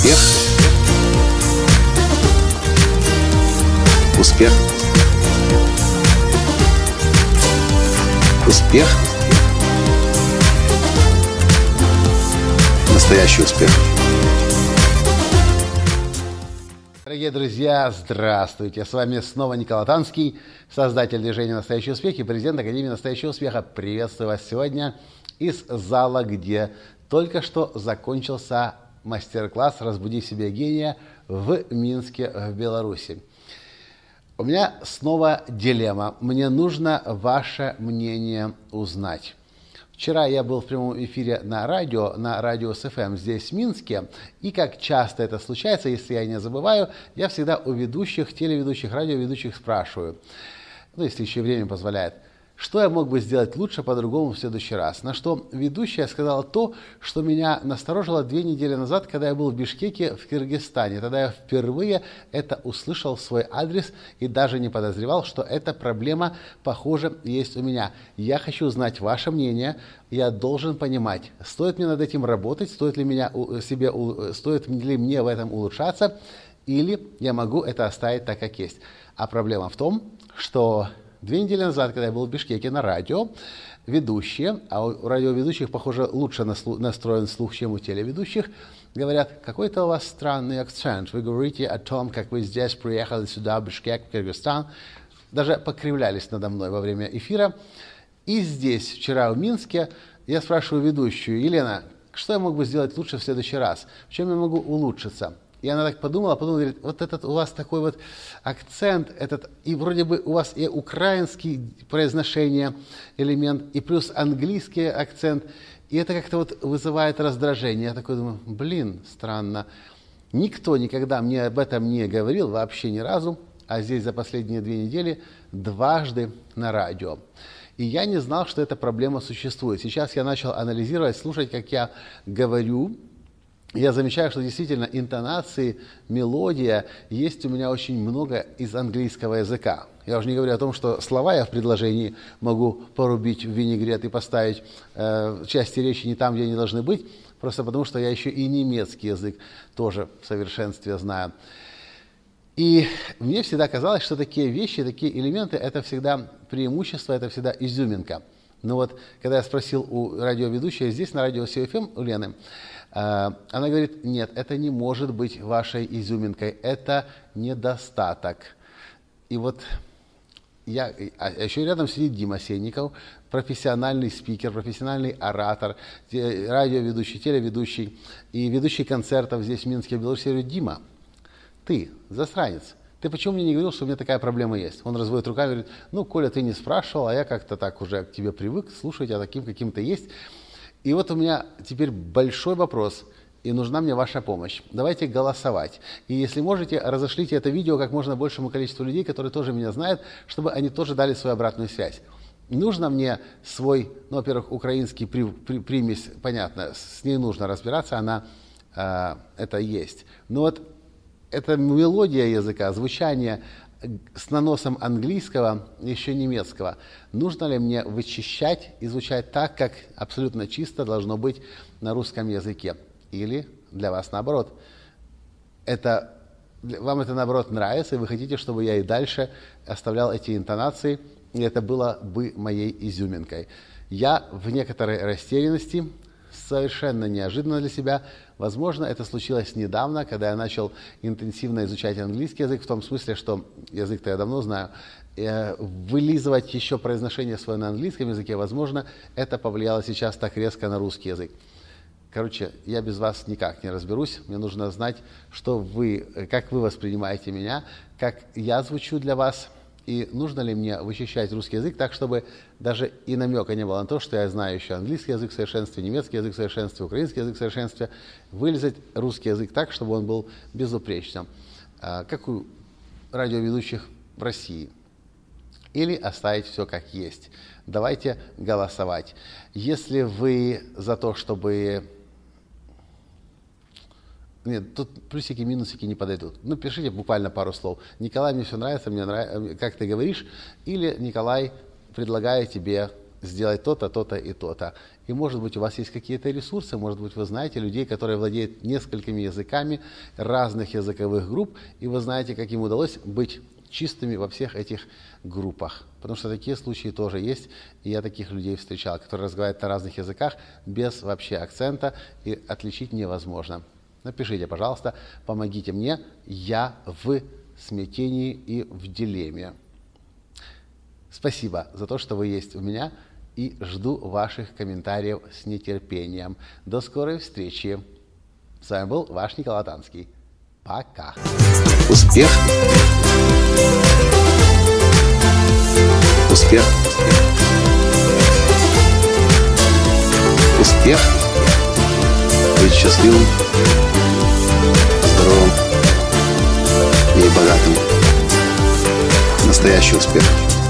Успех. Успех. Успех. Настоящий успех. Дорогие друзья, здравствуйте! С вами снова Николай Танский, создатель движения «Настоящий успех» и президент Академии «Настоящего успеха». Приветствую вас сегодня из зала, где только что закончился мастер-класс «Разбуди в себе гения» в Минске, в Беларуси. У меня снова дилемма. Мне нужно ваше мнение узнать. Вчера я был в прямом эфире на радио СФМ здесь, в Минске, и как часто это случается, если я не забываю, я всегда у ведущих, телеведущих, радиоведущих спрашиваю, если еще время позволяет, что я мог бы сделать лучше, по-другому в следующий раз. На что ведущая сказала то, что меня насторожило 2 недели назад, когда я был в Бишкеке, в Кыргызстане. Тогда я впервые это услышал в свой адрес и даже не подозревал, что эта проблема, похоже, есть у меня. Я хочу знать ваше мнение. Я должен понимать, стоит мне над этим работать, стоит ли мне в этом улучшаться, или я могу это оставить так, как есть. А проблема в том, что 2 недели назад, когда я был в Бишкеке на радио, ведущие, а у радиоведущих, похоже, лучше настроен слух, чем у телеведущих, говорят, какой-то у вас странный акцент, вы говорите о том, как вы здесь приехали сюда, в Бишкек, в Кыргызстан, даже покривлялись надо мной во время эфира. И здесь, вчера в Минске, я спрашиваю ведущую, Елена, что я мог бы сделать лучше в следующий раз, в чем я могу улучшиться? И она так подумала, потом говорит, вот этот у вас такой вот акцент, и вроде бы у вас и украинский произношение элемент, и плюс английский акцент, и это как-то вот вызывает раздражение. Я такой думаю, странно. Никто никогда мне об этом не говорил, вообще ни разу, а здесь за последние 2 недели дважды на радио. И я не знал, что эта проблема существует. Сейчас я начал анализировать, слушать, как я говорю. Я замечаю, что действительно интонации, мелодия есть у меня очень много из английского языка. Я уже не говорю о том, что слова я в предложении могу порубить в винегрет и поставить части речи не там, где они должны быть, просто потому что я еще и немецкий язык тоже в совершенстве знаю. И мне всегда казалось, что такие вещи, такие элементы – это всегда преимущество, это всегда изюминка. Но вот когда я спросил у радиоведущей здесь, на радио СФМ, у Лены, она говорит, нет, это не может быть вашей изюминкой, это недостаток. И вот еще рядом сидит Дима Сенников, профессиональный спикер, профессиональный оратор, радиоведущий, телеведущий и ведущий концертов здесь в Минске, в Беларуси. Я говорю, Дима, ты засранец. Ты почему мне не говорил, что у меня такая проблема есть? Он разводит руками и говорит, Коля, ты не спрашивал, а я как-то так уже к тебе привык, слушай, тебя таким каким-то есть. И вот у меня теперь большой вопрос, и нужна мне ваша помощь. Давайте голосовать. И если можете, разошлите это видео как можно большему количеству людей, которые тоже меня знают, чтобы они тоже дали свою обратную связь. Нужно мне свой, во-первых, украинский примесь, понятно, с ней нужно разбираться, она это есть. Но вот эта мелодия языка, звучание с наносом английского, еще немецкого, нужно ли мне вычищать и звучать так, как абсолютно чисто должно быть на русском языке? Или для вас наоборот? Вам это наоборот нравится, и вы хотите, чтобы я и дальше оставлял эти интонации, и это было бы моей изюминкой. Я в некоторой растерянности, совершенно неожиданно для себя. Возможно, это случилось недавно, когда я начал интенсивно изучать английский язык, в том смысле, что язык-то я давно знаю, вылизывать еще произношение свое на английском языке, возможно, это повлияло сейчас так резко на русский язык. Короче, я без вас никак не разберусь. Мне нужно знать, как вы воспринимаете меня, как я звучу для вас, и нужно ли мне вычищать русский язык так, чтобы даже и намека не было на то, что я знаю еще английский язык в совершенстве, немецкий язык в совершенстве, украинский язык в совершенстве, вылезать русский язык так, чтобы он был безупречным, как у радиоведущих в России. Или оставить все как есть. Давайте голосовать. Если вы за то, чтобы... Нет, тут плюсики, минусики не подойдут. Пишите буквально пару слов. Николай, мне все нравится, как ты говоришь. Или Николай, предлагаю тебе сделать то-то, то-то и то-то. И, может быть, у вас есть какие-то ресурсы, может быть, вы знаете людей, которые владеют несколькими языками разных языковых групп, и вы знаете, как им удалось быть чистыми во всех этих группах. Потому что такие случаи тоже есть, и я таких людей встречал, которые разговаривают на разных языках без вообще акцента, и отличить невозможно. Напишите, пожалуйста, помогите мне, я в смятении и в дилемме. Спасибо за то, что вы есть у меня, и жду ваших комментариев с нетерпением. До скорой встречи. С вами был ваш Николай Танский. Пока. Успех. Успех. Успех. Быть счастливым, здоровым и богатым. Настоящий успех.